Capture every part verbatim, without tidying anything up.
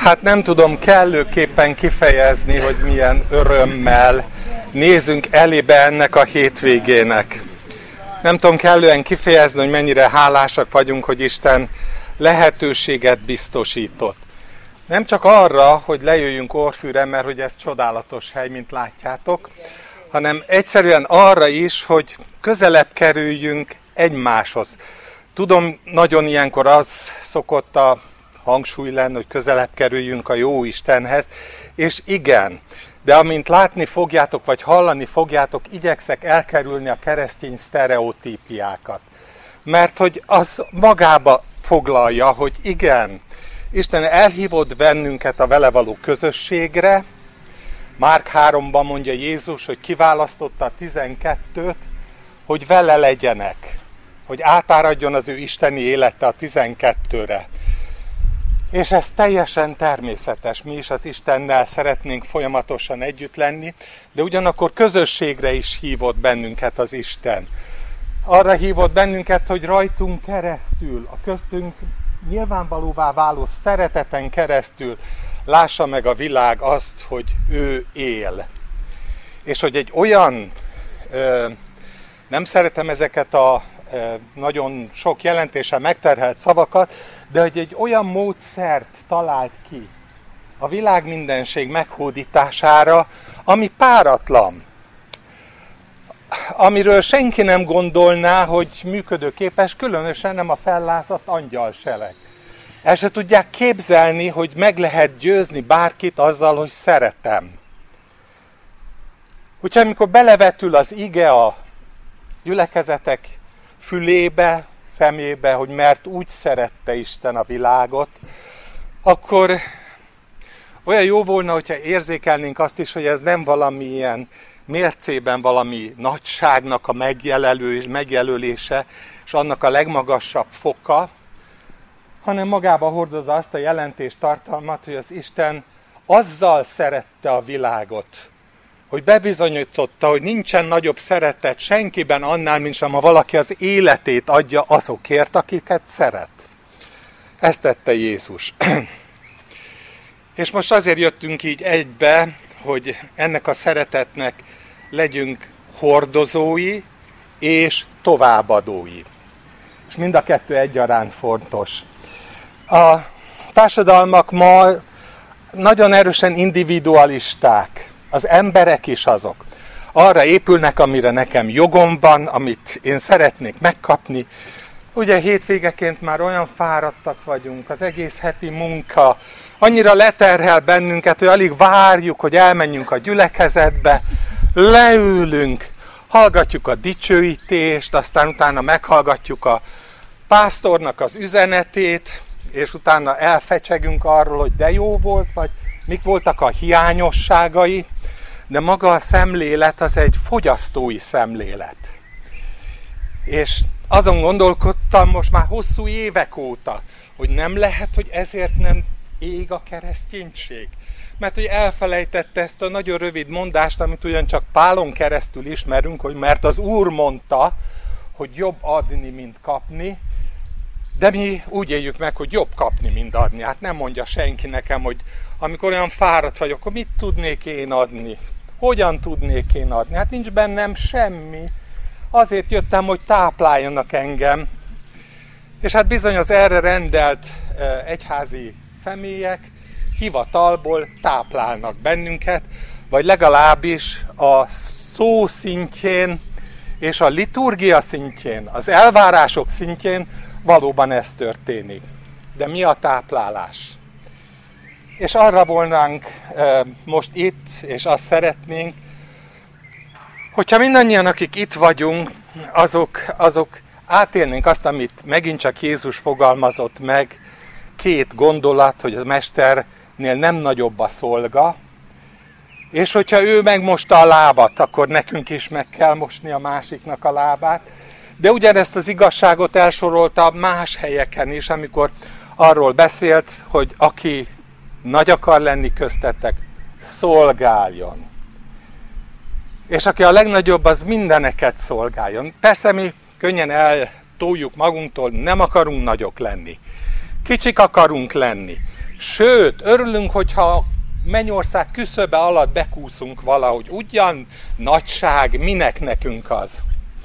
Hát nem tudom kellőképpen kifejezni, hogy milyen örömmel nézünk elébe ennek a hétvégének. Nem tudom kellően kifejezni, hogy mennyire hálásak vagyunk, hogy Isten lehetőséget biztosított. Nem csak arra, hogy lejöjjünk Orfűre, mert hogy ez csodálatos hely, mint látjátok, hanem egyszerűen arra is, hogy közelebb kerüljünk egymáshoz. Tudom, nagyon ilyenkor az szokott a hangsúly lenni, hogy közelebb kerüljünk a jó Istenhez, és igen, de amint látni fogjátok, vagy hallani fogjátok, igyekszek elkerülni a keresztény sztereotípiákat. Mert hogy az magába foglalja, hogy igen, Isten elhívott bennünket a vele való közösségre. Márk háromban mondja Jézus, hogy kiválasztotta a tizenkettőt, hogy vele legyenek, hogy átáradjon az ő isteni élete a tizenkettőre. És ez teljesen természetes, mi is az Istennel szeretnénk folyamatosan együtt lenni, de ugyanakkor közösségre is hívott bennünket az Isten. Arra hívott bennünket, hogy rajtunk keresztül, a köztünk nyilvánvalóvá váló szereteten keresztül lássa meg a világ azt, hogy ő él. És hogy egy olyan, nem szeretem ezeket a nagyon sok jelentéssel megterhelt szavakat, de hogy egy olyan módszert talált ki a világ mindenség meghódítására, ami páratlan, amiről senki nem gondolná, hogy működőképes, különösen nem a fellázadt angyalselek. El se tudják képzelni, hogy meg lehet győzni bárkit azzal, hogy szeretem. Úgyhogy amikor belevetül az ige a gyülekezetek fülébe, szemébe, hogy mert úgy szerette Isten a világot, akkor olyan jó volna, hogyha érzékelnénk azt is, hogy ez nem valamilyen mércében valami nagyságnak a megjelölő, megjelölése, és annak a legmagasabb foka, hanem magába hordozza azt a jelentést, tartalmat, hogy az Isten azzal szerette a világot, hogy bebizonyította, hogy nincsen nagyobb szeretet senkiben annál, mint sem, ha valaki az életét adja azokért, akiket szeret. Ezt tette Jézus. És most azért jöttünk így egybe, hogy ennek a szeretetnek legyünk hordozói és továbbadói. És mind a kettő egyaránt fontos. A társadalmak ma nagyon erősen individualisták. Az emberek is azok. Arra épülnek, amire nekem jogom van, amit én szeretnék megkapni. Ugye hétvégeként már olyan fáradtak vagyunk, az egész heti munka annyira leterhel bennünket, hogy alig várjuk, hogy elmenjünk a gyülekezetbe, leülünk, hallgatjuk a dicsőítést, aztán utána meghallgatjuk a pásztornak az üzenetét, és utána elfecsegünk arról, hogy de jó volt, vagy mik voltak a hiányosságai, de maga a szemlélet az egy fogyasztói szemlélet. És azon gondolkodtam most már hosszú évek óta, hogy nem lehet, hogy ezért nem ég a kereszténység. Mert hogy elfelejtette ezt a nagyon rövid mondást, amit ugyancsak Pálon keresztül ismerünk, hogy mert az Úr mondta, hogy jobb adni, mint kapni, de mi úgy éljük meg, hogy jobb kapni, mint adni. Hát nem mondja senki nekem, hogy amikor olyan fáradt vagyok, akkor mit tudnék én adni? Hogyan tudnék én adni? Hát nincs bennem semmi. Azért jöttem, hogy tápláljanak engem. És hát bizony az erre rendelt egyházi személyek hivatalból táplálnak bennünket, vagy legalábbis a szó szintjén és a liturgia szintjén, az elvárások szintjén valóban ez történik. De mi a táplálás? És arra volnánk e, most itt, és azt szeretnénk, hogyha mindannyian, akik itt vagyunk, azok, azok átélnénk azt, amit megint csak Jézus fogalmazott meg, két gondolat, hogy a mesternél nem nagyobb a szolga, és hogyha ő megmosta a lábat, akkor nekünk is meg kell mosni a másiknak a lábát. De ugyanezt az igazságot elsorolta más helyeken is, amikor arról beszélt, hogy aki nagy akar lenni köztetek, szolgáljon. És aki a legnagyobb, az mindeneket szolgáljon. Persze mi könnyen eltoljuk magunktól, nem akarunk nagyok lenni. Kicsik akarunk lenni. Sőt, örülünk, hogyha mennyország küszöbe alatt bekúszunk valahogy. Ugyan nagyság, minek nekünk az?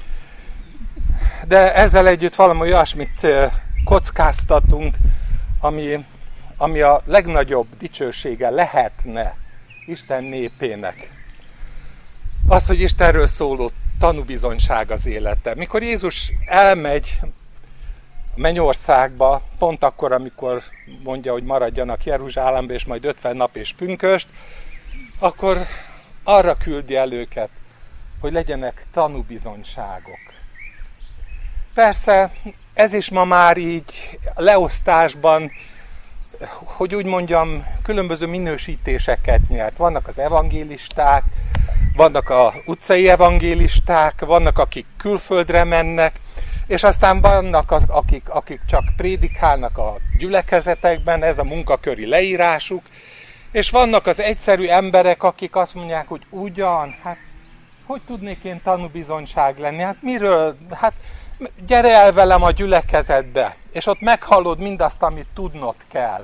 De ezzel együtt valami olyasmit kockáztatunk, ami, ami a legnagyobb dicsősége lehetne Isten népének. Az, hogy Istenről szóló tanúbizonyság az élete. Mikor Jézus elmegy a mennyországba, pont akkor, amikor mondja, hogy maradjanak Jeruzsálembe, és majd ötven nap és pünköst, akkor arra küldi el őket, hogy legyenek tanúbizonyságok. Persze, ez is ma már így leosztásban, hogy úgy mondjam, különböző minősítéseket nyert. Vannak az evangélisták, vannak az utcai evangélisták, vannak, akik külföldre mennek, és aztán vannak, az, akik, akik csak prédikálnak a gyülekezetekben, ez a munkaköri leírásuk, és vannak az egyszerű emberek, akik azt mondják, hogy ugyan, hát hogy tudnék én tanúbizonyság lenni? Hát miről? Hát gyere el velem a gyülekezetbe, és ott meghallod mindazt, amit tudnod kell.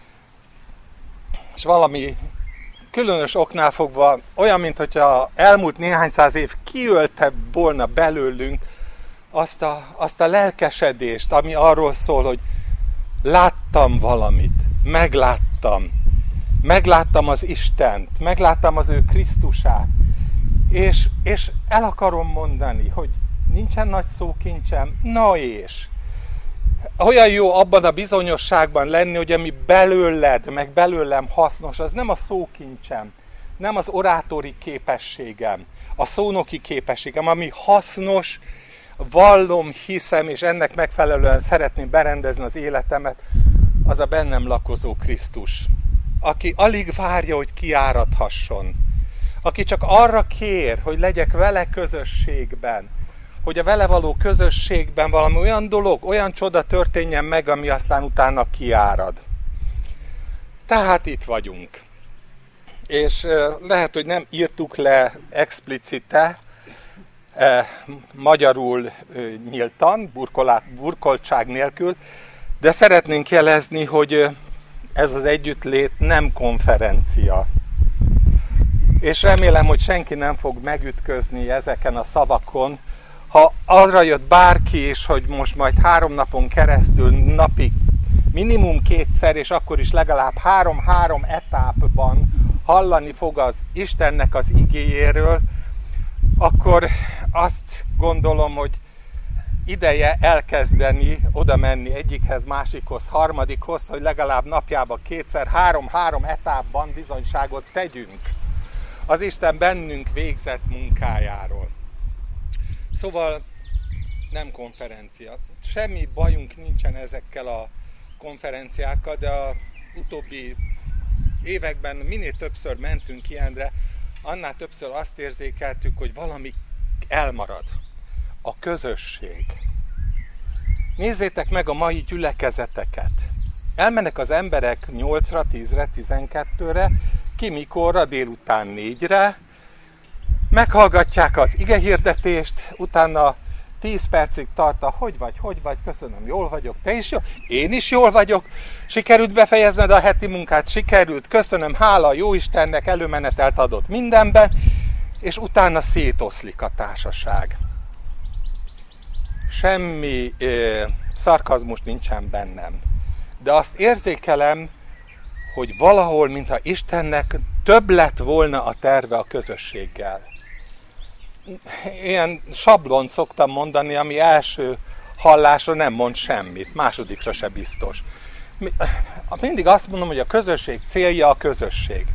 És valami különös oknál fogva, olyan, mint hogyha elmúlt néhány száz év kiölte volna belőlünk azt a, azt a lelkesedést, ami arról szól, hogy láttam valamit, megláttam, megláttam az Istent, megláttam az ő Krisztusát, és, és el akarom mondani, hogy nincsen nagy szókincsem, na és. Olyan jó abban a bizonyosságban lenni, hogy ami belőled, meg belőlem hasznos, az nem a szókincsem, nem az orátori képességem, a szónoki képességem, ami hasznos, vallom, hiszem, és ennek megfelelően szeretném berendezni az életemet, az a bennem lakozó Krisztus, aki alig várja, hogy kiáradhasson, aki csak arra kér, hogy legyek vele közösségben, hogy a vele való közösségben valami olyan dolog, olyan csoda történjen meg, ami aztán utána kiárad. Tehát itt vagyunk. És lehet, hogy nem írtuk le explicite, magyarul nyíltan, burkoltság nélkül, de szeretnénk jelezni, hogy ez az együttlét nem konferencia. És remélem, hogy senki nem fog megütközni ezeken a szavakon, ha arra jött bárki is, hogy most majd három napon keresztül napi minimum kétszer, és akkor is legalább három-három etapban hallani fog az Istennek az igéjéről, akkor azt gondolom, hogy ideje elkezdeni, oda menni egyikhez, másikhoz, harmadikhoz, hogy legalább napjában kétszer, három-három etapban bizonyságot tegyünk az Isten bennünk végzett munkájáról. Szóval nem konferencia. Semmi bajunk nincsen ezekkel a konferenciákkal, de az utóbbi években minél többször mentünk ilyenre, annál többször azt érzékeltük, hogy valami elmarad. A közösség. Nézzétek meg a mai gyülekezeteket. Elmennek az emberek nyolcra, tízre, tizenkettőre, ki mikorra, délután négyre, meghallgatják az igehirdetést, utána tíz percig tart a hogy vagy, hogy vagy, köszönöm, jól vagyok, te is jó? Én is jól vagyok, sikerült befejezned a heti munkát, sikerült, köszönöm, hála a Jóistennek, előmenetelt adott mindenben, és utána szétoszlik a társaság. Semmi ö, szarkazmus nincsen bennem, de azt érzékelem, hogy valahol, mintha Istennek több lett volna a terve a közösséggel. Ilyen sablont szoktam mondani, ami első hallásra nem mond semmit, másodikra se biztos. Mindig azt mondom, hogy a közösség célja a közösség.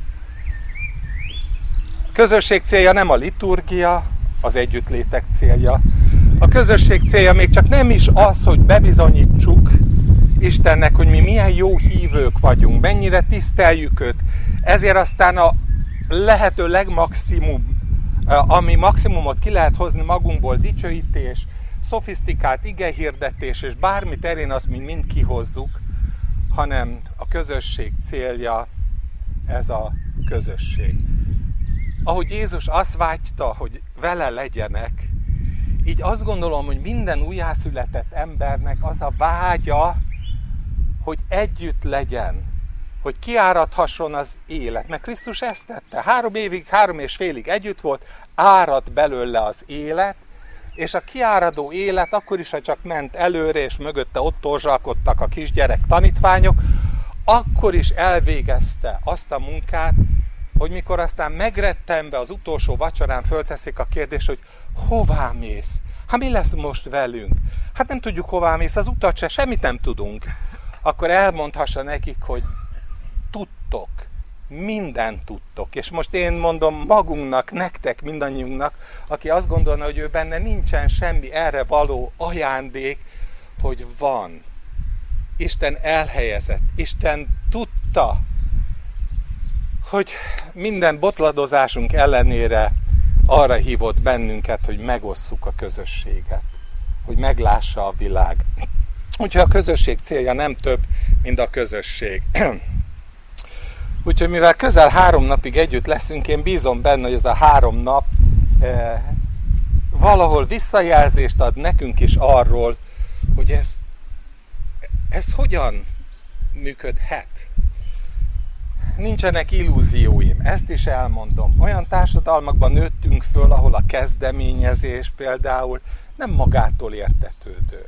A közösség célja nem a liturgia, az együttlétek célja. A közösség célja még csak nem is az, hogy bebizonyítsuk Istennek, hogy mi milyen jó hívők vagyunk, mennyire tiszteljük őt. Ezért aztán a lehető legmaximum, ami maximumot ki lehet hozni magunkból, dicsőítés, szofisztikált igehirdetés, és bármi terén azt mind, mind kihozzuk, hanem a közösség célja ez a közösség. Ahogy Jézus azt vágyta, hogy vele legyenek, így azt gondolom, hogy minden újjászületett embernek az a vágya, hogy együtt legyen hogy kiáradhasson az élet. Mert Krisztus ezt tette. Három évig, három és félig együtt volt, árad belőle az élet, és a kiáradó élet, akkor is, ha csak ment előre, és mögötte ott torzsalkodtak a kisgyerek tanítványok, akkor is elvégezte azt a munkát, hogy mikor aztán megrettenve az utolsó vacsorán fölteszik a kérdést, hogy hová mész? Hát mi lesz most velünk? Hát nem tudjuk hová mész, az utat se, semmit nem tudunk. Akkor elmondhassa nekik, hogy tudtok, mindent tudtok. És most én mondom magunknak, nektek, mindannyiunknak, aki azt gondolna, hogy ő benne nincsen semmi erre való ajándék, hogy van. Isten elhelyezett, Isten tudta, hogy minden botladozásunk ellenére arra hívott bennünket, hogy megosszuk a közösséget, hogy meglássa a világ. Úgyhogy a közösség célja nem több, mint a közösség. Úgyhogy mivel közel három napig együtt leszünk, én bízom benne, hogy ez a három nap eh, valahol visszajelzést ad nekünk is arról, hogy ez, ez hogyan működhet. Nincsenek illúzióim, ezt is elmondom. Olyan társadalmakban nőttünk föl, ahol a kezdeményezés például nem magától értetődő.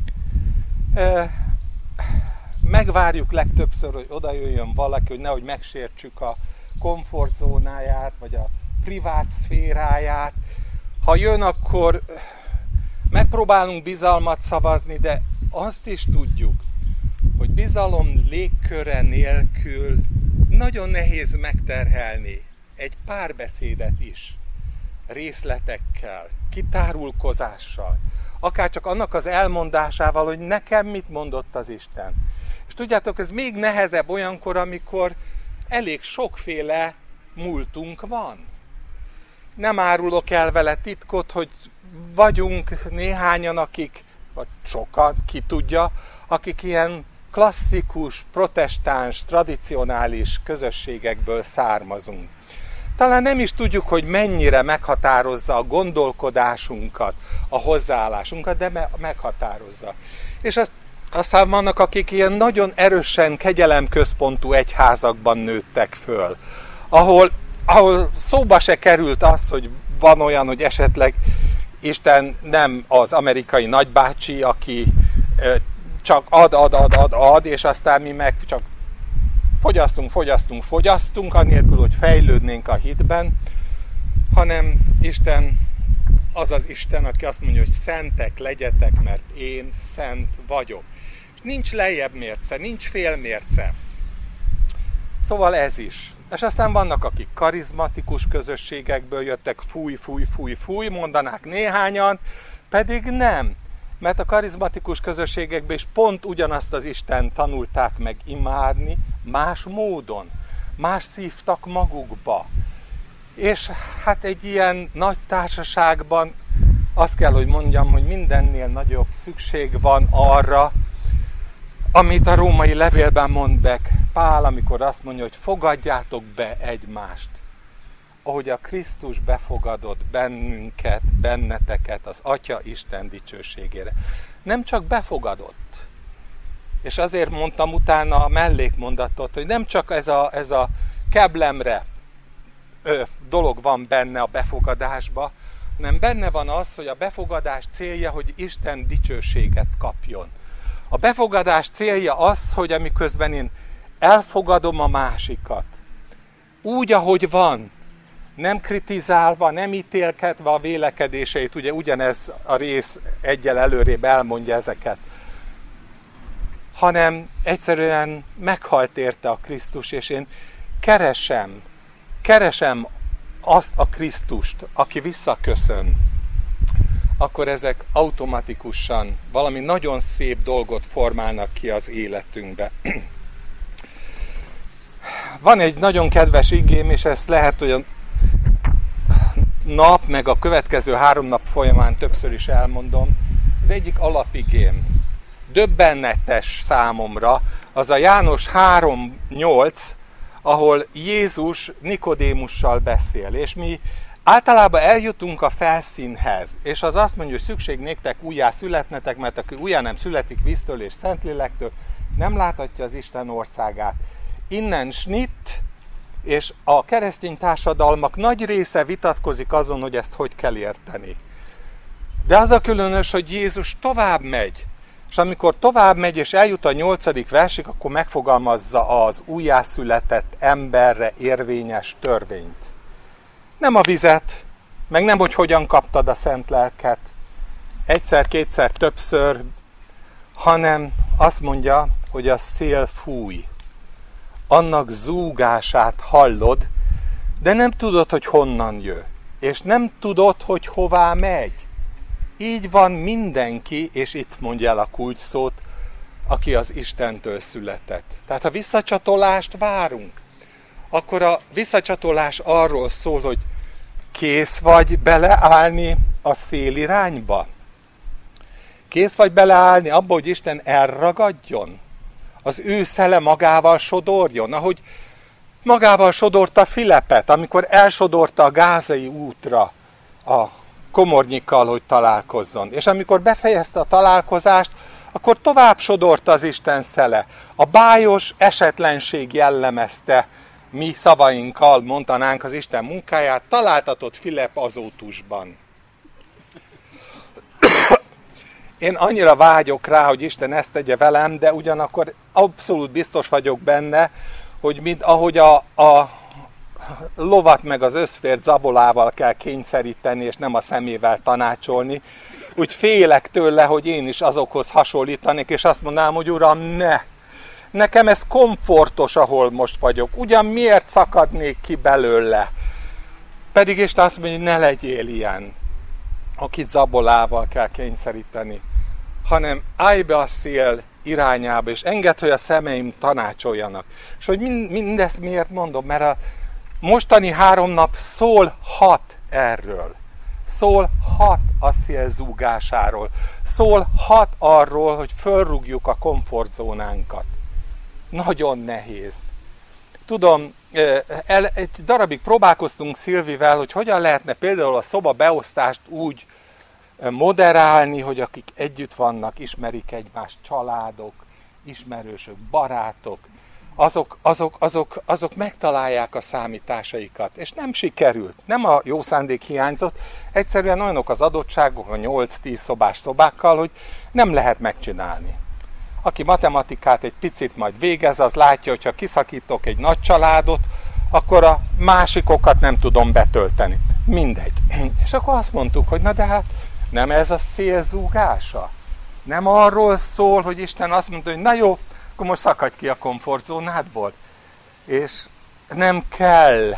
Megvárjuk legtöbbször, hogy oda jöjjön valaki, hogy nehogy megsértsük a komfortzónáját, vagy a privát szféráját. Ha jön, akkor megpróbálunk bizalmat szavazni, de azt is tudjuk, hogy bizalom légköre nélkül nagyon nehéz megterhelni egy párbeszédet is, részletekkel, kitárulkozással, akár csak annak az elmondásával, hogy nekem mit mondott az Isten. És tudjátok, ez még nehezebb olyankor, amikor elég sokféle múltunk van. Nem árulok el vele titkot, hogy vagyunk néhányan, akik, vagy sokan, ki tudja, akik ilyen klasszikus, protestáns, tradicionális közösségekből származunk. Talán nem is tudjuk, hogy mennyire meghatározza a gondolkodásunkat, a hozzáállásunkat, de meghatározza. És azt, aztán vannak, akik ilyen nagyon erősen kegyelemközpontú egyházakban nőttek föl, ahol, ahol szóba se került az, hogy van olyan, hogy esetleg Isten nem az amerikai nagybácsi, aki csak ad, ad, ad, ad, ad, és aztán mi meg csak fogyasztunk, fogyasztunk, fogyasztunk, anélkül, hogy fejlődnénk a hitben, hanem Isten az az Isten, aki azt mondja, hogy szentek legyetek, mert én szent vagyok. Nincs lejjebb mérce, nincs fél mérce. Szóval ez is. És aztán vannak, akik karizmatikus közösségekből jöttek, fúj, fúj, fúj, fúj, mondanák néhányan, pedig nem. Mert a karizmatikus közösségekben is pont ugyanazt az Istent tanulták meg imádni, más módon, más szívtak magukba. És hát egy ilyen nagy társaságban azt kell, hogy mondjam, hogy mindennél nagyobb szükség van arra, amit a római levélben mond be Pál, amikor azt mondja, hogy fogadjátok be egymást, ahogy a Krisztus befogadott bennünket, benneteket az Atya Isten dicsőségére. Nem csak befogadott. És azért mondtam utána a mellékmondatot, hogy nem csak ez a, ez a keblemre ö, dolog van benne a befogadásba, hanem benne van az, hogy a befogadás célja, hogy Isten dicsőséget kapjon. A befogadás célja az, hogy amiközben én elfogadom a másikat, úgy, ahogy van, nem kritizálva, nem ítélkedve a vélekedéseit, ugye ugyanez a rész eggyel előrébb elmondja ezeket, hanem egyszerűen meghalt érte a Krisztus, és én keresem, keresem azt a Krisztust, aki visszaköszön, akkor ezek automatikusan valami nagyon szép dolgot formálnak ki az életünkbe. Van egy nagyon kedves igém, és ezt lehet, hogy a nap, meg a következő három nap folyamán többször is elmondom. Az egyik alapigém, döbbenetes számomra, az a János három nyolc, ahol Jézus Nikodémussal beszél, és mi általában eljutunk a felszínhez, és az azt mondja, hogy szükség néktek újjá születnetek, mert aki újjá nem születik víztől és szentlélektől, nem láthatja az Isten országát. innen snitt, és a keresztény társadalmak nagy része vitatkozik azon, hogy ezt hogy kell érteni. De az a különös, hogy Jézus tovább megy, és amikor tovább megy és eljut a nyolcadik versig, akkor megfogalmazza az újjászületett emberre érvényes törvényt. Nem a vizet, meg nem, hogy hogyan kaptad a szent lelket, egyszer, kétszer, többször, hanem azt mondja, hogy a szél fúj. Annak zúgását hallod, de nem tudod, hogy honnan jön. És nem tudod, hogy hová megy. Így van mindenki, és itt mondja el a kulcsszót, aki az Istentől született. Tehát ha visszacsatolást várunk, akkor a visszacsatolás arról szól, hogy kész vagy beleállni a szél irányba? Kész vagy beleállni abba, hogy Isten elragadjon? Az ő szele magával sodorjon, ahogy magával sodorta Filepet, amikor elsodorta a gázai útra a komornyikkal, hogy találkozzon. És amikor befejezte a találkozást, akkor tovább sodorta az Isten szele. A bájos esetlenség jellemezte, mi szavainkkal mondanánk az Isten munkáját, találtatott Filep Azótusban. Én annyira vágyok rá, hogy Isten ezt tegye velem, de ugyanakkor abszolút biztos vagyok benne, hogy mint ahogy a, a lovat meg az összfért zabolával kell kényszeríteni, és nem a szemével tanácsolni, úgy félek tőle, hogy én is azokhoz hasonlítanék, és azt mondanám, hogy Uram, ne! Nekem ez komfortos, ahol most vagyok. Ugyan miért szakadnék ki belőle? Pedig Isten azt mondja, hogy ne legyél ilyen, akit zabolával kell kényszeríteni, hanem állj be a szél irányába, és engedd, hogy a szemeim tanácsoljanak. És hogy mindezt miért mondom? Mert a mostani három nap szólhat erről. Szólhat a szél zúgásáról. Szólhat arról, hogy fölrúgjuk a komfortzónánkat. Nagyon nehéz. Tudom, el, egy darabig próbálkoztunk Szilvivel, hogy hogyan lehetne például a szoba beosztást úgy moderálni, hogy akik együtt vannak, ismerik egymást, családok, ismerősök, barátok, azok, azok, azok, azok megtalálják a számításaikat. És nem sikerült, nem a jó szándék hiányzott, egyszerűen olyanok az adottságok a nyolc-tíz szobás szobákkal, hogy nem lehet megcsinálni. Aki matematikát egy picit majd végez, az látja, hogy ha kiszakítok egy nagy családot, akkor a másikokat nem tudom betölteni. Mindegy. És akkor azt mondtuk, hogy na de hát nem ez a szél zúgása? Nem arról szól, hogy Isten azt mondta, hogy na jó, akkor most szakadj ki a komfortzónádból. És nem kell,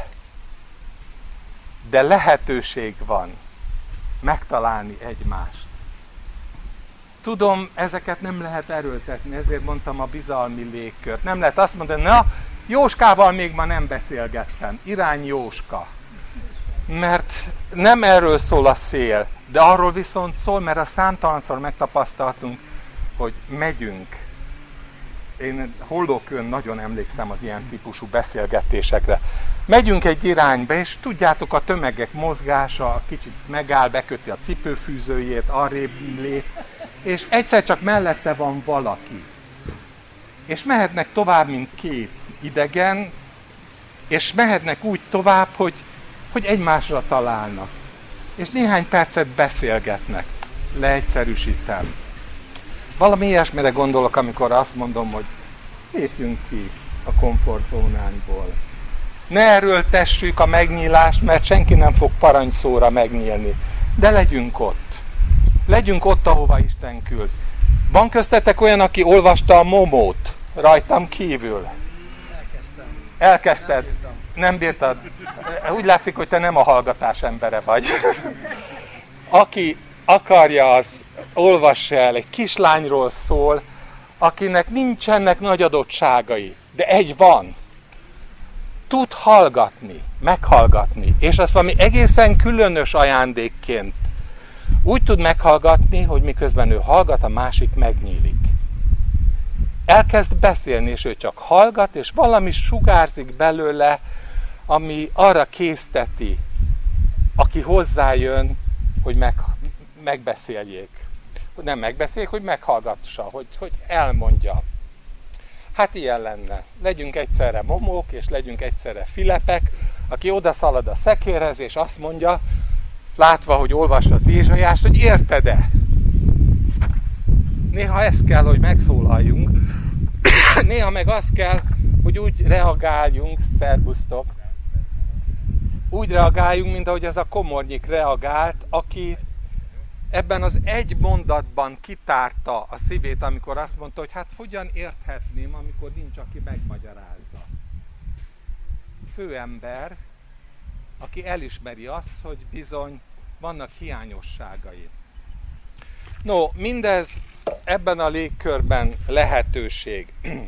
de lehetőség van megtalálni egymást. Tudom, ezeket nem lehet erőltetni, ezért mondtam a bizalmi légkört. Nem lehet azt mondani, na, Jóskával még ma nem beszélgettem. Irány Jóska. Mert nem erről szól a szél, de arról viszont szól, mert a számtalanszor megtapasztaltunk, hogy megyünk. Én Hollókön nagyon emlékszem az ilyen típusú beszélgetésekre. Megyünk egy irányba, és tudjátok, a tömegek mozgása, kicsit megáll, beköti a cipőfűzőjét, arrébb lép, és egyszer csak mellette van valaki. És mehetnek tovább, mint két idegen, és mehetnek úgy tovább, hogy, hogy egymásra találnak. És néhány percet beszélgetnek. Leegyszerűsítem. Valami ilyesmire gondolok, amikor azt mondom, hogy lépjünk ki a komfortzónánkból. Ne erőltessük a megnyílást, mert senki nem fog parancsszóra megnyílni. De legyünk ott. Legyünk ott, ahova Isten küld. Van köztetek olyan, aki olvasta a Momót rajtam kívül? Elkezdtem. Elkezdted? Nem bírtam. Nem bírtad? Úgy látszik, hogy te nem a hallgatás embere vagy. Aki akarja, az olvassa el. Egy kislányról szól, akinek nincsenek nagy adottságai, de egy van. Tud hallgatni, meghallgatni, és azt valami egészen különös ajándékként úgy tud meghallgatni, hogy miközben ő hallgat, a másik megnyílik. Elkezd beszélni, és ő csak hallgat, és valami sugárzik belőle, ami arra készteti, aki hozzájön, hogy meg, megbeszéljék. Nem megbeszéljék, hogy meghallgassa, hogy, hogy elmondja. Hát ilyen lenne. Legyünk egyszerre momók, és legyünk egyszerre Filepek, aki odaszalad a szekérhez, és azt mondja, látva, hogy olvassa az Ézsaiást, hogy érted-e? Néha ez kell, hogy megszólaljunk. Néha meg az kell, hogy úgy reagáljunk, szerbusztok, úgy reagáljunk, mint ahogy ez a komornyik reagált, aki ebben az egy mondatban kitárta a szívét, amikor azt mondta, hogy hát hogyan érthetném, amikor nincs, aki megmagyarázza. Főember, aki elismeri azt, hogy bizony vannak hiányosságai. No, mindez ebben a légkörben lehetőség.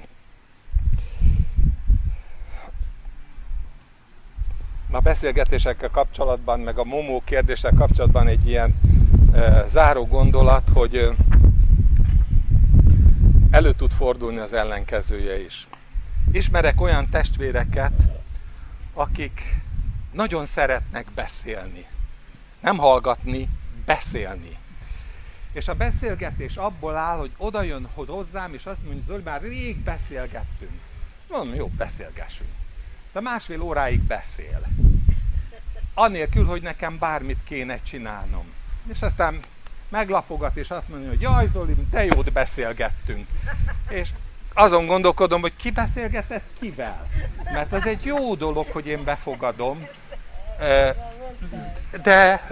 A beszélgetésekkel kapcsolatban, meg a momó kérdéssel kapcsolatban egy ilyen e, záró gondolat, hogy e, elő tud fordulni az ellenkezője is. Ismerek olyan testvéreket, akik nagyon szeretnek beszélni. Nem hallgatni, beszélni. És a beszélgetés abból áll, hogy oda jön hozzám, és azt mondja, Zoli, már rég beszélgettünk. Mondom, jó, beszélgessünk. De másfél óráig beszél. Anélkül, hogy nekem bármit kéne csinálnom. És aztán meglapogat, és azt mondja, hogy jaj, Zoli, de jót beszélgettünk. És azon gondolkodom, hogy ki beszélgetett kivel. Mert az egy jó dolog, hogy én befogadom. De,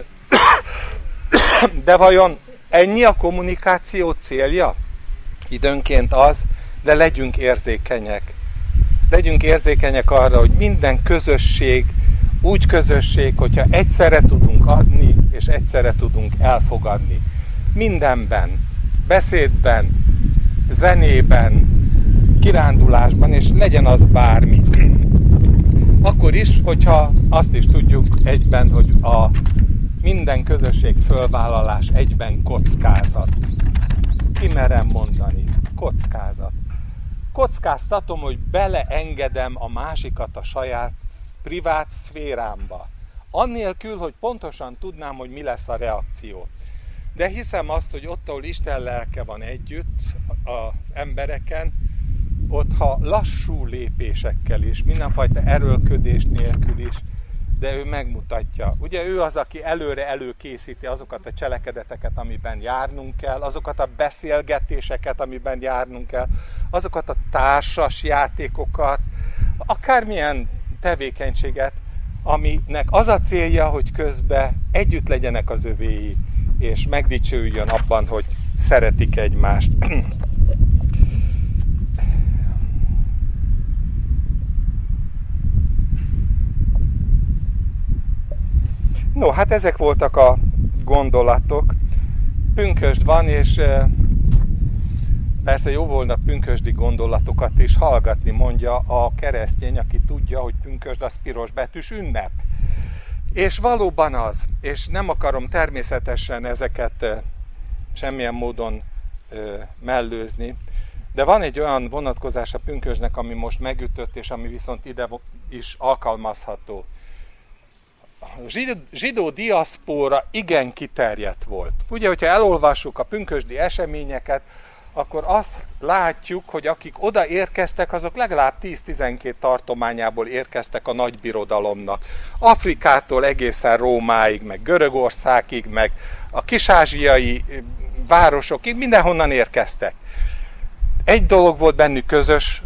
de vajon ennyi a kommunikáció célja? Időnként az, de legyünk érzékenyek. Legyünk érzékenyek arra, hogy minden közösség úgy közösség, hogyha egyszerre tudunk adni, és egyszerre tudunk elfogadni. Mindenben, beszédben, zenében, kirándulásban, és legyen az bármi. Akkor is, hogyha azt is tudjuk egyben, hogy a minden közösség fölvállalás egyben kockázat. Kimerem mondani, kockázat. Kockáztatom, hogy beleengedem a másikat a saját privát szférámba. Annélkül, hogy pontosan tudnám, hogy mi lesz a reakció. De hiszem azt, hogy ott, ahol Isten lelke van együtt az embereken, ott ha lassú lépésekkel is, mindenfajta erőlködés nélkül is, de ő megmutatja. Ugye ő az, aki előre előkészíti azokat a cselekedeteket, amiben járnunk kell, azokat a beszélgetéseket, amiben járnunk kell, azokat a társas játékokat, akármilyen tevékenységet, aminek az a célja, hogy közben együtt legyenek az övéi, és megdicsőjön abban, hogy szeretik egymást. No, hát ezek voltak a gondolatok. Pünkösd van, és persze jó volna pünkösdi gondolatokat is hallgatni, mondja a keresztény, aki tudja, hogy pünkösd az piros betűs ünnep. És valóban az, és nem akarom természetesen ezeket semmilyen módon mellőzni, de van egy olyan vonatkozás a pünkösdnek, ami most megütött, és ami viszont ide is alkalmazható. A zsidó diaszpóra igen kiterjedt volt. Ugye, hogyha elolvassuk a pünkösdi eseményeket, akkor azt látjuk, hogy akik oda érkeztek, azok legalább tíz-tizenkét tartományából érkeztek a nagybirodalomnak. Afrikától egészen Rómáig, meg Görögországig, meg a kis-ázsiai városokig, mindenhonnan érkeztek. Egy dolog volt bennük közös,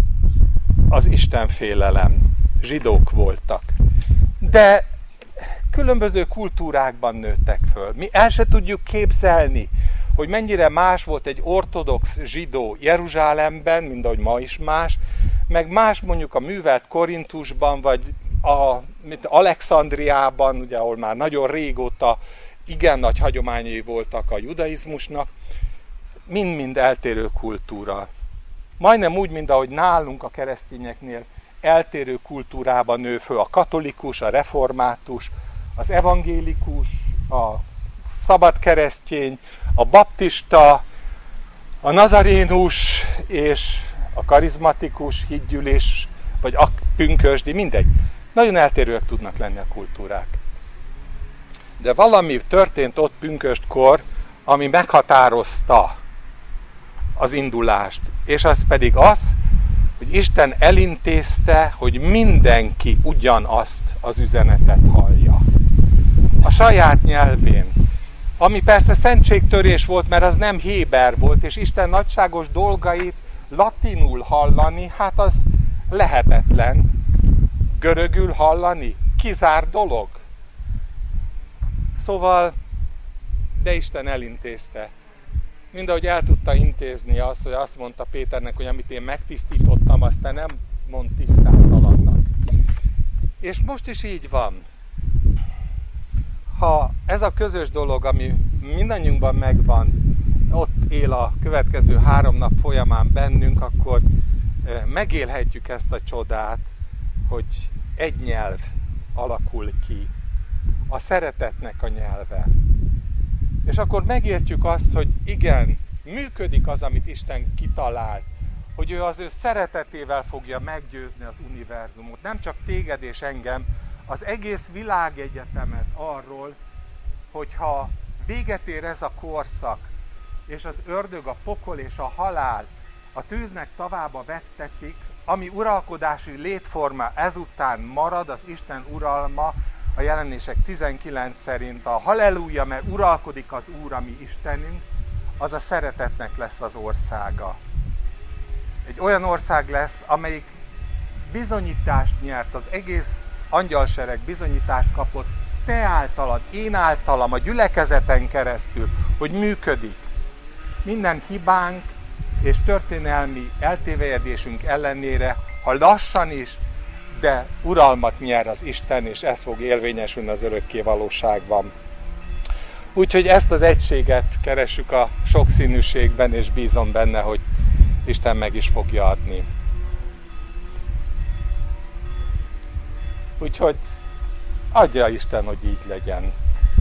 az istenfélelem. Zsidók voltak. De különböző kultúrákban nőttek föl. Mi el se tudjuk képzelni, hogy mennyire más volt egy ortodox zsidó Jeruzsálemben, mint ahogy ma is más, meg más mondjuk a művelt Korintusban, vagy a, mint Alexandriában, ugye, ahol már nagyon régóta igen nagy hagyományai voltak a judaizmusnak, mind-mind eltérő kultúra. Majdnem úgy, mint ahogy nálunk a keresztényeknél eltérő kultúrában nő föl a katolikus, a református, az evangélikus, a szabad keresztény, a baptista, a nazarénus és a karizmatikus hitgyűlés, vagy a pünkösdi, mindegy. Nagyon eltérőek tudnak lenni a kultúrák. De valami történt ott pünköstkor, ami meghatározta az indulást. És az pedig az, hogy Isten elintézte, hogy mindenki ugyanazt az üzenetet hallja. A saját nyelvén. Ami persze szentségtörés volt, mert az nem héber volt, és Isten nagyságos dolgait latinul hallani, hát az lehetetlen. Görögül hallani? Kizárt dolog. Szóval, de Isten elintézte. Mindahogy el tudta intézni azt, hogy azt mondta Péternek, hogy amit én megtisztítottam, azt te nem mondd tisztátalannak. És most is így van. Ha ez a közös dolog, ami mindannyiunkban megvan, ott él a következő három nap folyamán bennünk, akkor megélhetjük ezt a csodát, hogy egy nyelv alakul ki. A szeretetnek a nyelve. És akkor megértjük azt, hogy igen, működik az, amit Isten kitalált, hogy ő az ő szeretetével fogja meggyőzni az univerzumot. Nem csak téged és engem, az egész világegyetemet arról, hogyha véget ér ez a korszak, és az ördög, a pokol és a halál a tűznek tavába vettetik, ami uralkodási létforma ezután marad, az Isten uralma, a Jelenések tizenkilenc szerint a halleluja, mert uralkodik az Úr, ami Istenünk, az a szeretetnek lesz az országa. Egy olyan ország lesz, amelyik bizonyítást nyert, az egész angyalsereg bizonyítást kapott te általad, én általam, a gyülekezeten keresztül, hogy működik. Minden hibánk és történelmi eltévejedésünk ellenére, ha lassan is, de uralmat nyer az Isten, és ez fog érvényesülni az örökké valóságban. Úgyhogy ezt az egységet keressük a sokszínűségben, és bízom benne, hogy Isten meg is fogja adni. Úgyhogy adja Isten, hogy így legyen.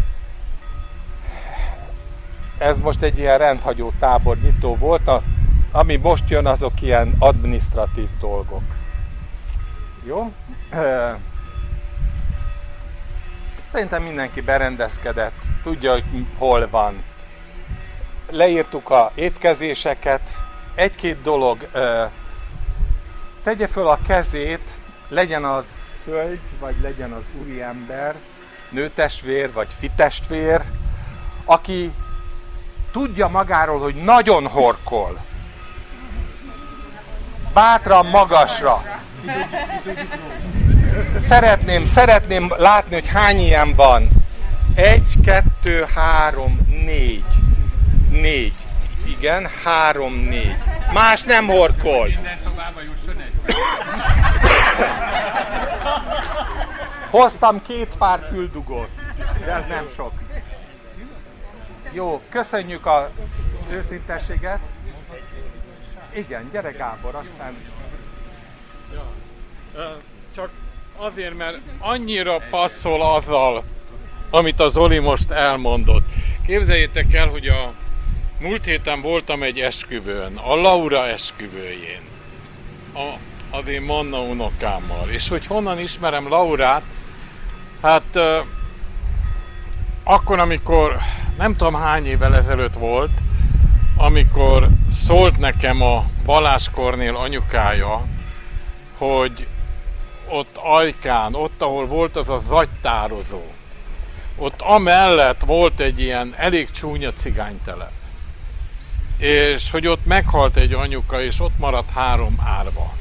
Ez most egy ilyen rendhagyó tábornyitó volt, ami most jön, azok ilyen adminisztratív dolgok. Jó? Szerintem mindenki berendezkedett, tudja, hogy hol van. Leírtuk a étkezéseket. Egy-két dolog, tegye föl a kezét, legyen az hölgy, vagy legyen az úriember, nőtestvér, vagy fitestvér, aki tudja magáról, hogy nagyon horkol. Bátran magasra. Szeretném, szeretném látni, hogy hány ilyen van. Egy, kettő, három, négy. Négy. Igen, három, négy. Más nem horkol. Minden szobába jusson egy. Hoztam két pár füldugót, de ez nem sok. Jó, köszönjük az őszintességet. Igen, gyere Gábor, aztán... Ja, csak azért, mert annyira passzol azzal, amit a Zoli most elmondott. Képzeljétek el, hogy a múlt héten voltam egy esküvőn, a Laura esküvőjén, a, az én Manna unokámmal. És hogy honnan ismerem Laurát? Hát uh, akkor, amikor nem tudom hány évvel ezelőtt volt, amikor szólt nekem a Balázs Kornél anyukája, hogy ott Ajkán, ott, ahol volt az a zagytározó, ott amellett volt egy ilyen elég csúnya cigánytelep. És hogy ott meghalt egy anyuka, és ott maradt három árva.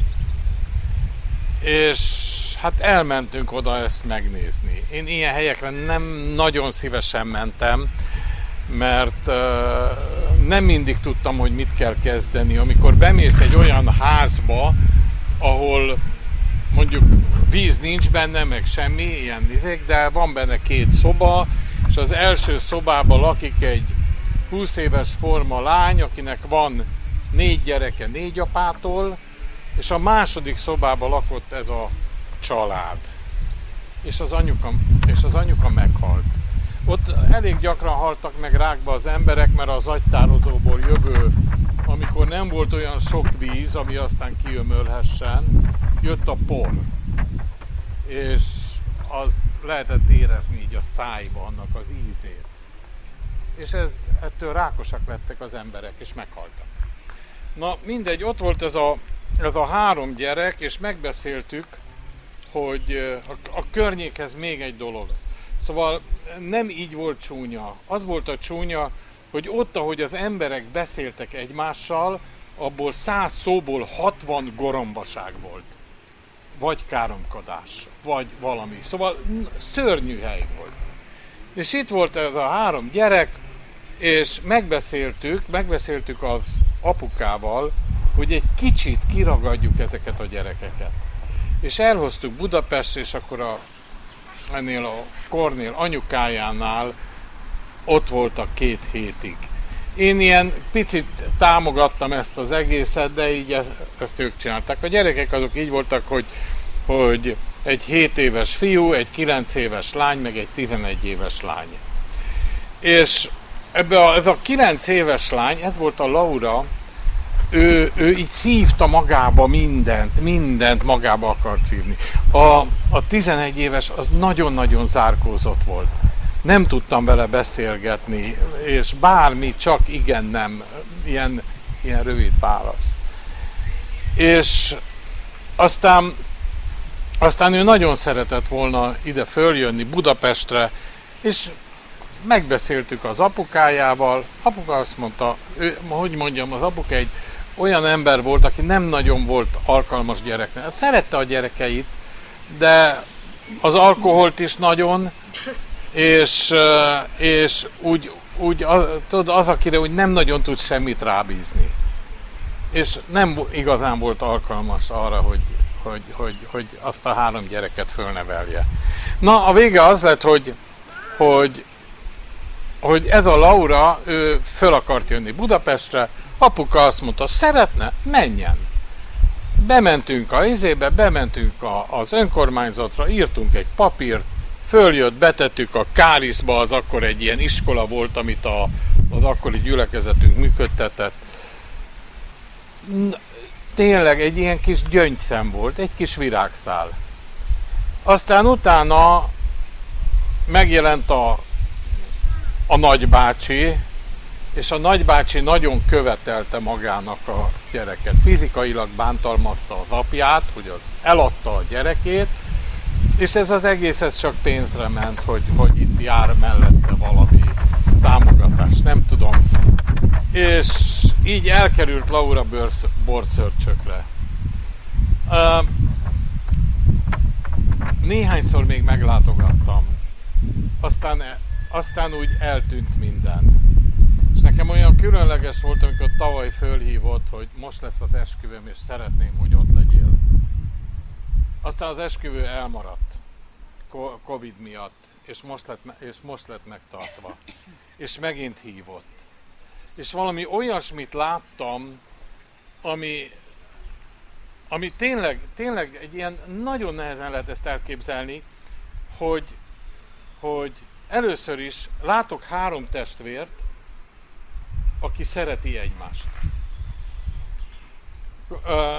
És hát elmentünk oda ezt megnézni. Én ilyen helyekre nem nagyon szívesen mentem, mert uh, nem mindig tudtam, hogy mit kell kezdeni. Amikor bemész egy olyan házba, ahol mondjuk víz nincs benne, meg semmi, ilyen izék, de van benne két szoba, és az első szobában lakik egy húsz éves forma lány, akinek van négy gyereke négy apától, és a második szobában lakott ez a család. És az anyuka, és az anyuka meghalt. Ott elég gyakran haltak meg rákba az emberek, mert az agytározóból jövő, amikor nem volt olyan sok víz, ami aztán kiömölhessen, jött a por. És az lehetett érezni így a szájba annak az ízét. És ez, ettől rákosak lettek az emberek, és meghaltak. Na mindegy, ott volt ez a, ez a három gyerek, és megbeszéltük, hogy a, a környékhez még egy dolog. Szóval nem így volt csúnya. Az volt a csúnya, hogy ott, ahogy az emberek beszéltek egymással, abból száz szóból hatvan gorombaság volt. Vagy káromkodás, vagy valami. Szóval szörnyű hely volt. És itt volt ez a három gyerek, és megbeszéltük, megbeszéltük az apukával, hogy egy kicsit kiragadjuk ezeket a gyerekeket. És elhoztuk Budapest, és akkor a, ennél a Kornél anyukájánál ott voltak két hétig. Én ilyen picit támogattam ezt az egészet, de így ezt ők csinálták. A gyerekek azok így voltak, hogy, hogy egy hét éves fiú, egy kilenc éves lány, meg egy tizenegy éves lány. És ebbe a, ez a kilenc éves lány, ez volt a Laura, ő, ő így szívta magába mindent, mindent magába akart szívni. A, a tizenegy éves az nagyon-nagyon zárkózott volt. Nem tudtam vele beszélgetni, és bármi, csak igen, nem, ilyen, ilyen rövid válasz. És aztán, aztán ő nagyon szeretett volna ide följönni Budapestre, és megbeszéltük az apukájával. Apuka azt mondta, ő, hogy mondjam, az apuka egy olyan ember volt, aki nem nagyon volt alkalmas gyereknek. Szerette a gyerekeit, de az alkoholt is nagyon, és, és úgy, úgy tudod, az, akire úgy nem nagyon tud semmit rábízni. És nem igazán volt alkalmas arra, hogy, hogy, hogy, hogy azt a három gyereket fölnevelje. Na, a vége az lett, hogy, hogy, hogy ez a Laura, ő föl akart jönni Budapestre, apuka azt mondta, szeretne, menjen. Bementünk a izébe, bementünk a, az önkormányzatra, írtunk egy papírt, följött, betettük a Káriszba, az akkor egy ilyen iskola volt, amit a, az akkori gyülekezetünk működtetett. Tényleg egy ilyen kis gyöngyszem volt, egy kis virágszál. Aztán utána megjelent a, a nagybácsi, és a nagybácsi nagyon követelte magának a gyereket. Fizikailag bántalmazta az apját, hogy az eladta a gyerekét, és ez az egész ez csak pénzre ment, hogy, hogy itt jár mellette valami támogatás, nem tudom. És így elkerült Laura Borcörcsökre. Uh, néhányszor még meglátogattam. Aztán, aztán úgy eltűnt minden. És nekem olyan különleges volt, amikor tavaly fölhívott, hogy most lesz az esküvőm, és szeretném, hogy ott legyél. Aztán az esküvő elmaradt Covid miatt, és most lett, és most lett megtartva. És megint hívott. És valami olyasmit láttam, ami, ami tényleg, tényleg egy ilyen nagyon nehezen lehet ezt elképzelni, hogy, hogy először is látok három testvért, aki szereti egymást. Uh,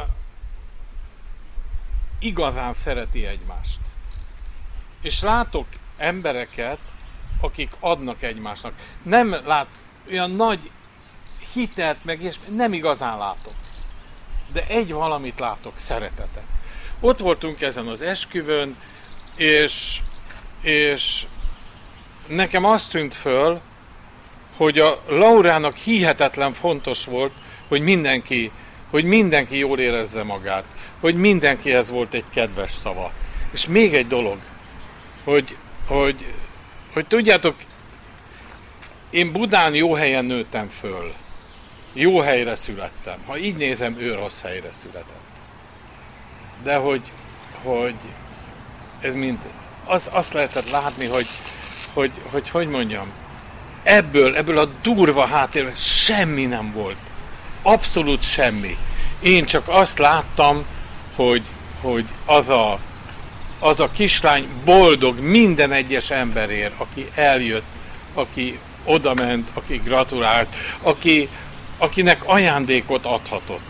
igazán szereti egymást. És látok embereket, akik adnak egymásnak. Nem lát olyan nagy hitelt, meg és nem igazán látok. De egy valamit látok, szeretetet. Ott voltunk ezen az esküvőn, és, és nekem azt tűnt föl, hogy a Laurának hihetetlen fontos volt, hogy mindenki, hogy mindenki jól érezze magát, hogy mindenkihez volt egy kedves szava. És még egy dolog, hogy, hogy, hogy tudjátok, én Budán jó helyen nőttem föl. Jó helyre születtem. Ha így nézem, ő rossz helyre született. De hogy, hogy ez mind, az, azt lehetett látni, hogy hogy, hogy, hogy mondjam, ebből, ebből a durva háttérben semmi nem volt. Abszolút semmi. Én csak azt láttam, hogy, hogy az, a, az a kislány boldog minden egyes emberért, aki eljött, aki odament, aki gratulált, aki, akinek ajándékot adhatott.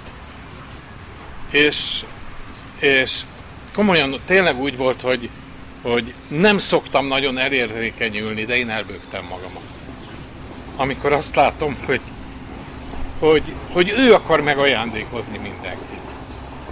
És, és komolyan tényleg úgy volt, hogy, hogy nem szoktam nagyon elérzékenyülni, de én elbögtem magamat. Amikor azt látom, hogy, hogy, hogy ő akar megajándékozni mindenkit.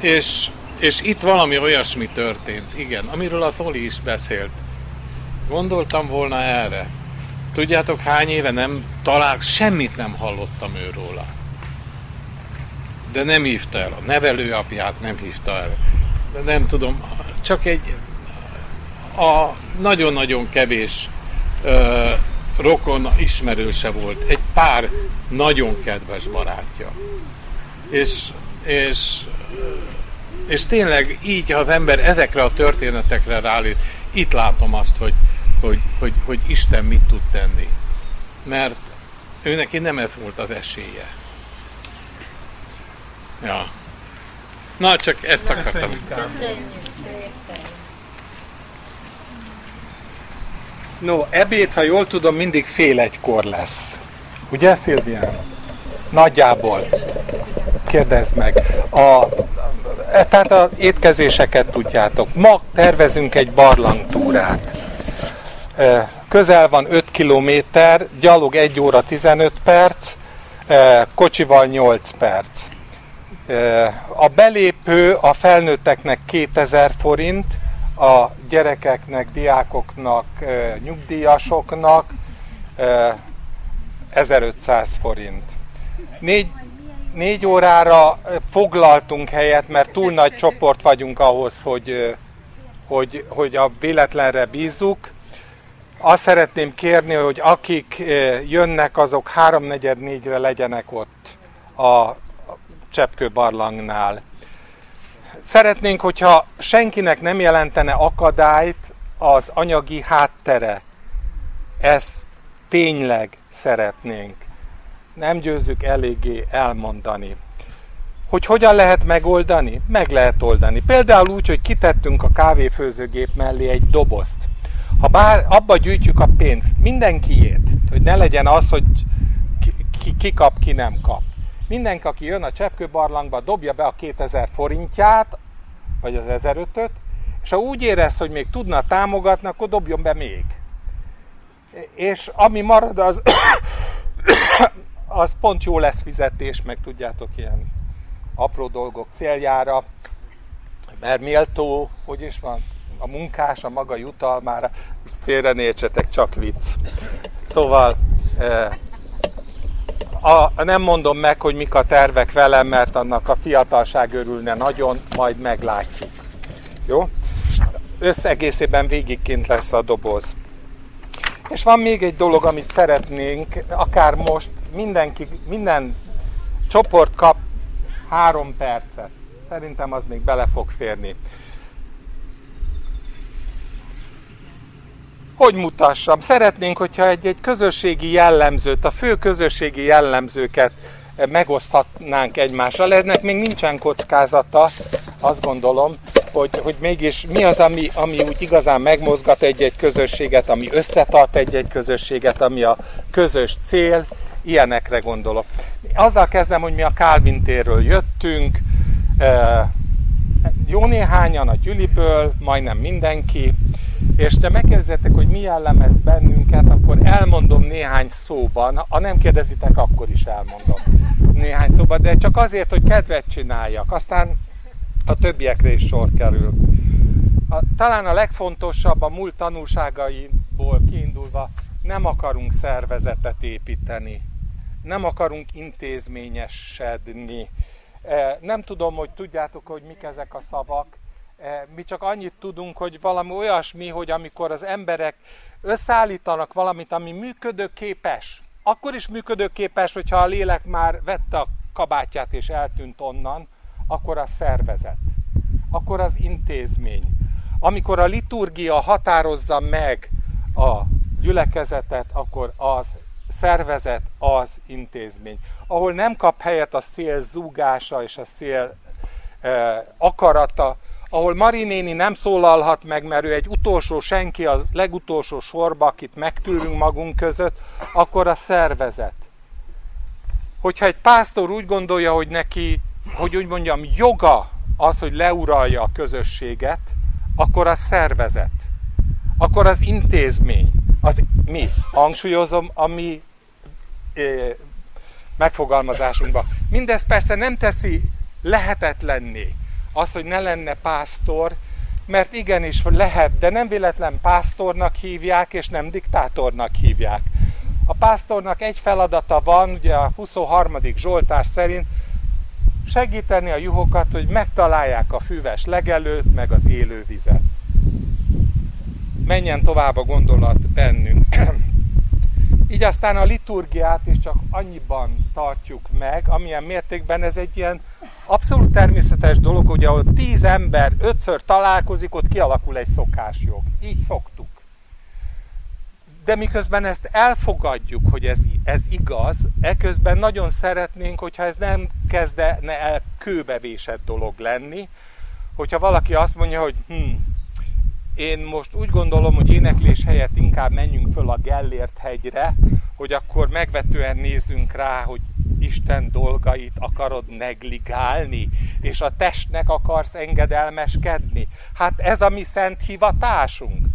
És, és itt valami olyasmi történt, igen, amiről a Zoli is beszélt. Gondoltam volna erre. Tudjátok, hány éve nem talál, semmit nem hallottam őróla. De nem hívta el, a nevelőapját nem hívta el. De nem tudom, csak egy a nagyon-nagyon kevés ö, rokon ismerőse volt. Egy pár nagyon kedves barátja. És, és, és tényleg így, ha az ember ezekre a történetekre rálét, itt látom azt, hogy, hogy, hogy, hogy Isten mit tud tenni. Mert ő neki nem ez volt az esélye. Ja. Na, csak ezt akartam. No, ebéd, ha jól tudom, mindig fél egykor lesz. Ugye, Szilvián? Nagyjából. Kérdezd meg. A, tehát az étkezéseket tudjátok. Ma tervezünk egy barlangtúrát. Közel van öt kilométer, gyalog egy óra tizenöt perc, kocsival nyolc perc. A belépő a felnőtteknek kétezer forint, a gyerekeknek, diákoknak, nyugdíjasoknak ezerötszáz forint. Négy, négy órára foglaltunk helyet, mert túl nagy csoport vagyunk ahhoz, hogy, hogy, hogy a véletlenre bízzuk. Azt szeretném kérni, hogy akik jönnek, azok háromnegyed négyre legyenek ott a Cseppkő-barlangnál. Szeretnénk, hogyha senkinek nem jelentene akadályt az anyagi háttere. Ezt tényleg szeretnénk. Nem győzzük eléggé elmondani. Hogy hogyan lehet megoldani? Meg lehet oldani. Például úgy, hogy kitettünk a kávéfőzőgép mellé egy dobozt. Ha bár abba gyűjtjük a pénzt, mindenkiét, hogy ne legyen az, hogy ki, ki kap, ki nem kap. Mindenki, aki jön a Cseppkő-barlangba, dobja be a kétezer forintját, vagy az ezerötöt, és ha úgy érez, hogy még tudna támogatni, akkor dobjon be még. És ami marad, az, az pont jó lesz fizetés, meg tudjátok, ilyen apró dolgok céljára, mert méltó, hogy is van, a munkás a maga jutalmára, félre ne értsetek, csak vicc. Szóval a, nem mondom meg, hogy mik a tervek velem, mert annak a fiatalság örülne nagyon, majd meglátjuk. Jó? Összegészében végigként lesz a doboz. És van még egy dolog, amit szeretnénk, akár most mindenki, minden csoport kap három percet. Szerintem az még bele fog férni. Hogy mutassam? Szeretnénk, hogyha egy-egy közösségi jellemzőt, a fő közösségi jellemzőket megoszthatnánk egymással. Ennek még nincsen kockázata, azt gondolom, hogy, hogy mégis mi az, ami, ami úgy igazán megmozgat egy-egy közösséget, ami összetart egy-egy közösséget, ami a közös cél, ilyenekre gondolok. Azzal kezdem, hogy mi a Kálvin térről jöttünk, jó néhányan a Gyüliből, majdnem mindenki, és te megkérdezitek, hogy mi jellemez bennünket, akkor elmondom néhány szóban, ha nem kérdezitek, akkor is elmondom néhány szóban, de csak azért, hogy kedvet csináljak, aztán a többiekre is sor kerül. A, talán a legfontosabb a múlt tanulságaiból kiindulva, nem akarunk szervezetet építeni, nem akarunk intézményesedni. Nem tudom, hogy tudjátok, hogy mik ezek a szavak. Mi csak annyit tudunk, hogy valami olyasmi, hogy amikor az emberek összeállítanak valamit, ami működőképes, akkor is működőképes, hogyha a lélek már vette a kabátját és eltűnt onnan, akkor az szervezet, akkor az intézmény. Amikor a liturgia határozza meg a gyülekezetet, akkor az szervezet, az intézmény. Ahol nem kap helyet a szél zúgása és a szél eh, akarata, ahol Mari néni nem szólalhat meg, mert ő egy utolsó senki, a legutolsó sorba, akit megtűrünk magunk között, akkor a szervezet. Hogyha egy pásztor úgy gondolja, hogy neki, hogy úgy mondjam, joga az, hogy leuralja a közösséget, akkor a szervezet. Akkor az intézmény. Az mi? Hangsúlyozom a mi eh, megfogalmazásunkba. Mindez persze nem teszi lehetetlenné az, hogy ne lenne pásztor, mert igenis lehet, de nem véletlen pásztornak hívják, és nem diktátornak hívják. A pásztornak egy feladata van, ugye a huszonharmadik Zsoltár szerint, segíteni a juhokat, hogy megtalálják a füves legelőt, meg az élő vizet. Menjen tovább a gondolat bennünk. Így aztán a liturgiát is csak annyiban tartjuk meg, amilyen mértékben ez egy ilyen abszolút természetes dolog, hogy ahol tíz ember ötször találkozik, ott kialakul egy szokásjog. Így szoktuk. De miközben ezt elfogadjuk, hogy ez, ez igaz, eközben nagyon szeretnénk, hogyha ez nem kezdene el kőbevésett dolog lenni, hogyha valaki azt mondja, hogy hm, én most úgy gondolom, hogy éneklés helyett inkább menjünk föl a Gellért hegyre, hogy akkor megvetően nézzünk rá, hogy Isten dolgait akarod negligálni, és a testnek akarsz engedelmeskedni. Hát ez a mi szent hivatásunk.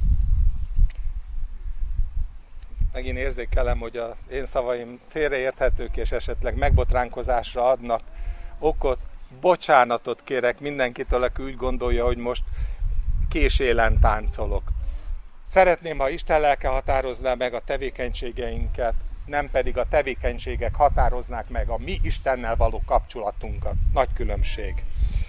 Megint érzékelem, hogy az én szavaim félreérthetők, és esetleg megbotránkozásra adnak okot. Bocsánatot kérek mindenkitől, aki úgy gondolja, hogy most késélen táncolok. Szeretném, ha Isten lelke határozná meg a tevékenységeinket, nem pedig a tevékenységek határoznák meg a mi Istennel való kapcsolatunkat. Nagy különbség.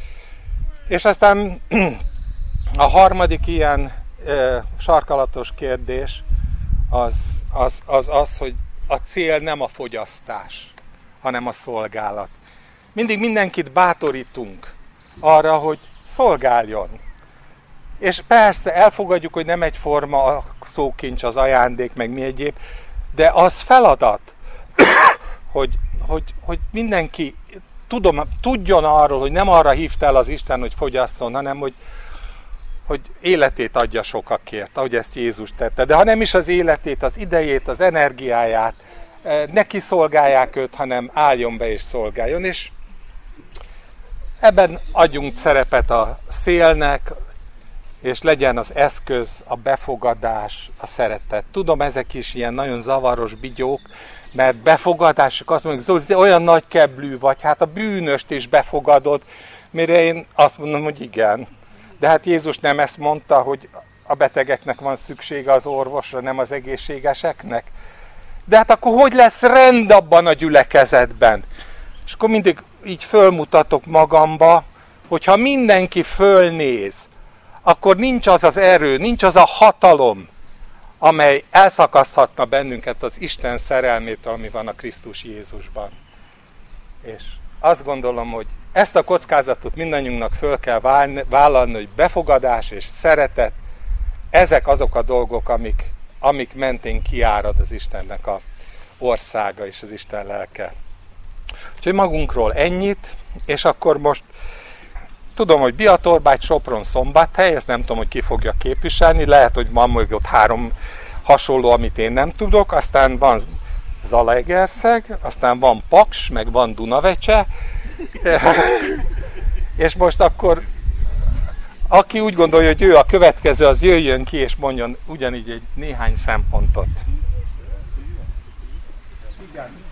És aztán a harmadik ilyen e, sarkalatos kérdés az az, az az, hogy a cél nem a fogyasztás, hanem a szolgálat. Mindig mindenkit bátorítunk arra, hogy szolgáljon. És persze elfogadjuk, hogy nem egyforma a szókincs, az ajándék, meg mi egyéb, de az feladat, hogy, hogy, hogy mindenki tudom, tudjon arról, hogy nem arra hívta el az Isten, hogy fogyasszon, hanem hogy, hogy életét adja sokakért, ahogy ezt Jézus tette. De ha nem is az életét, az idejét, az energiáját, ne kiszolgálják őt, hanem álljon be és szolgáljon. És ebben adjunk szerepet a szélnek, és legyen az eszköz, a befogadás, a szeretet. Tudom, ezek is ilyen nagyon zavaros bigyók, mert befogadások azt mondjuk, Zoli, olyan nagy keblű vagy, hát a bűnöst is befogadod, mire én azt mondom, hogy igen. De hát Jézus nem ezt mondta, hogy a betegeknek van szüksége az orvosra, nem az egészségeseknek. De hát akkor hogy lesz rend abban a gyülekezetben? És akkor mindig így fölmutatok magamba, hogyha mindenki fölnéz, akkor nincs az az erő, nincs az a hatalom, amely elszakaszthatna bennünket az Isten szerelmétől, ami van a Krisztus Jézusban. És azt gondolom, hogy ezt a kockázatot mindannyiunknak föl kell vállalni, hogy befogadás és szeretet, ezek azok a dolgok, amik, amik mentén kiárad az Istennek a országa és az Isten lelke. Úgyhogy magunkról ennyit, és akkor most tudom, hogy Biatorbágy, Sopron, Szombathely, ezt nem tudom, hogy ki fogja képviselni, lehet, hogy van még ott három hasonló, amit én nem tudok, aztán van Zalaegerszeg, aztán van Paks, meg van Dunavecse, és most akkor aki úgy gondolja, hogy ő a következő, az jöjjön ki, és mondjon ugyanígy egy néhány szempontot. Igen.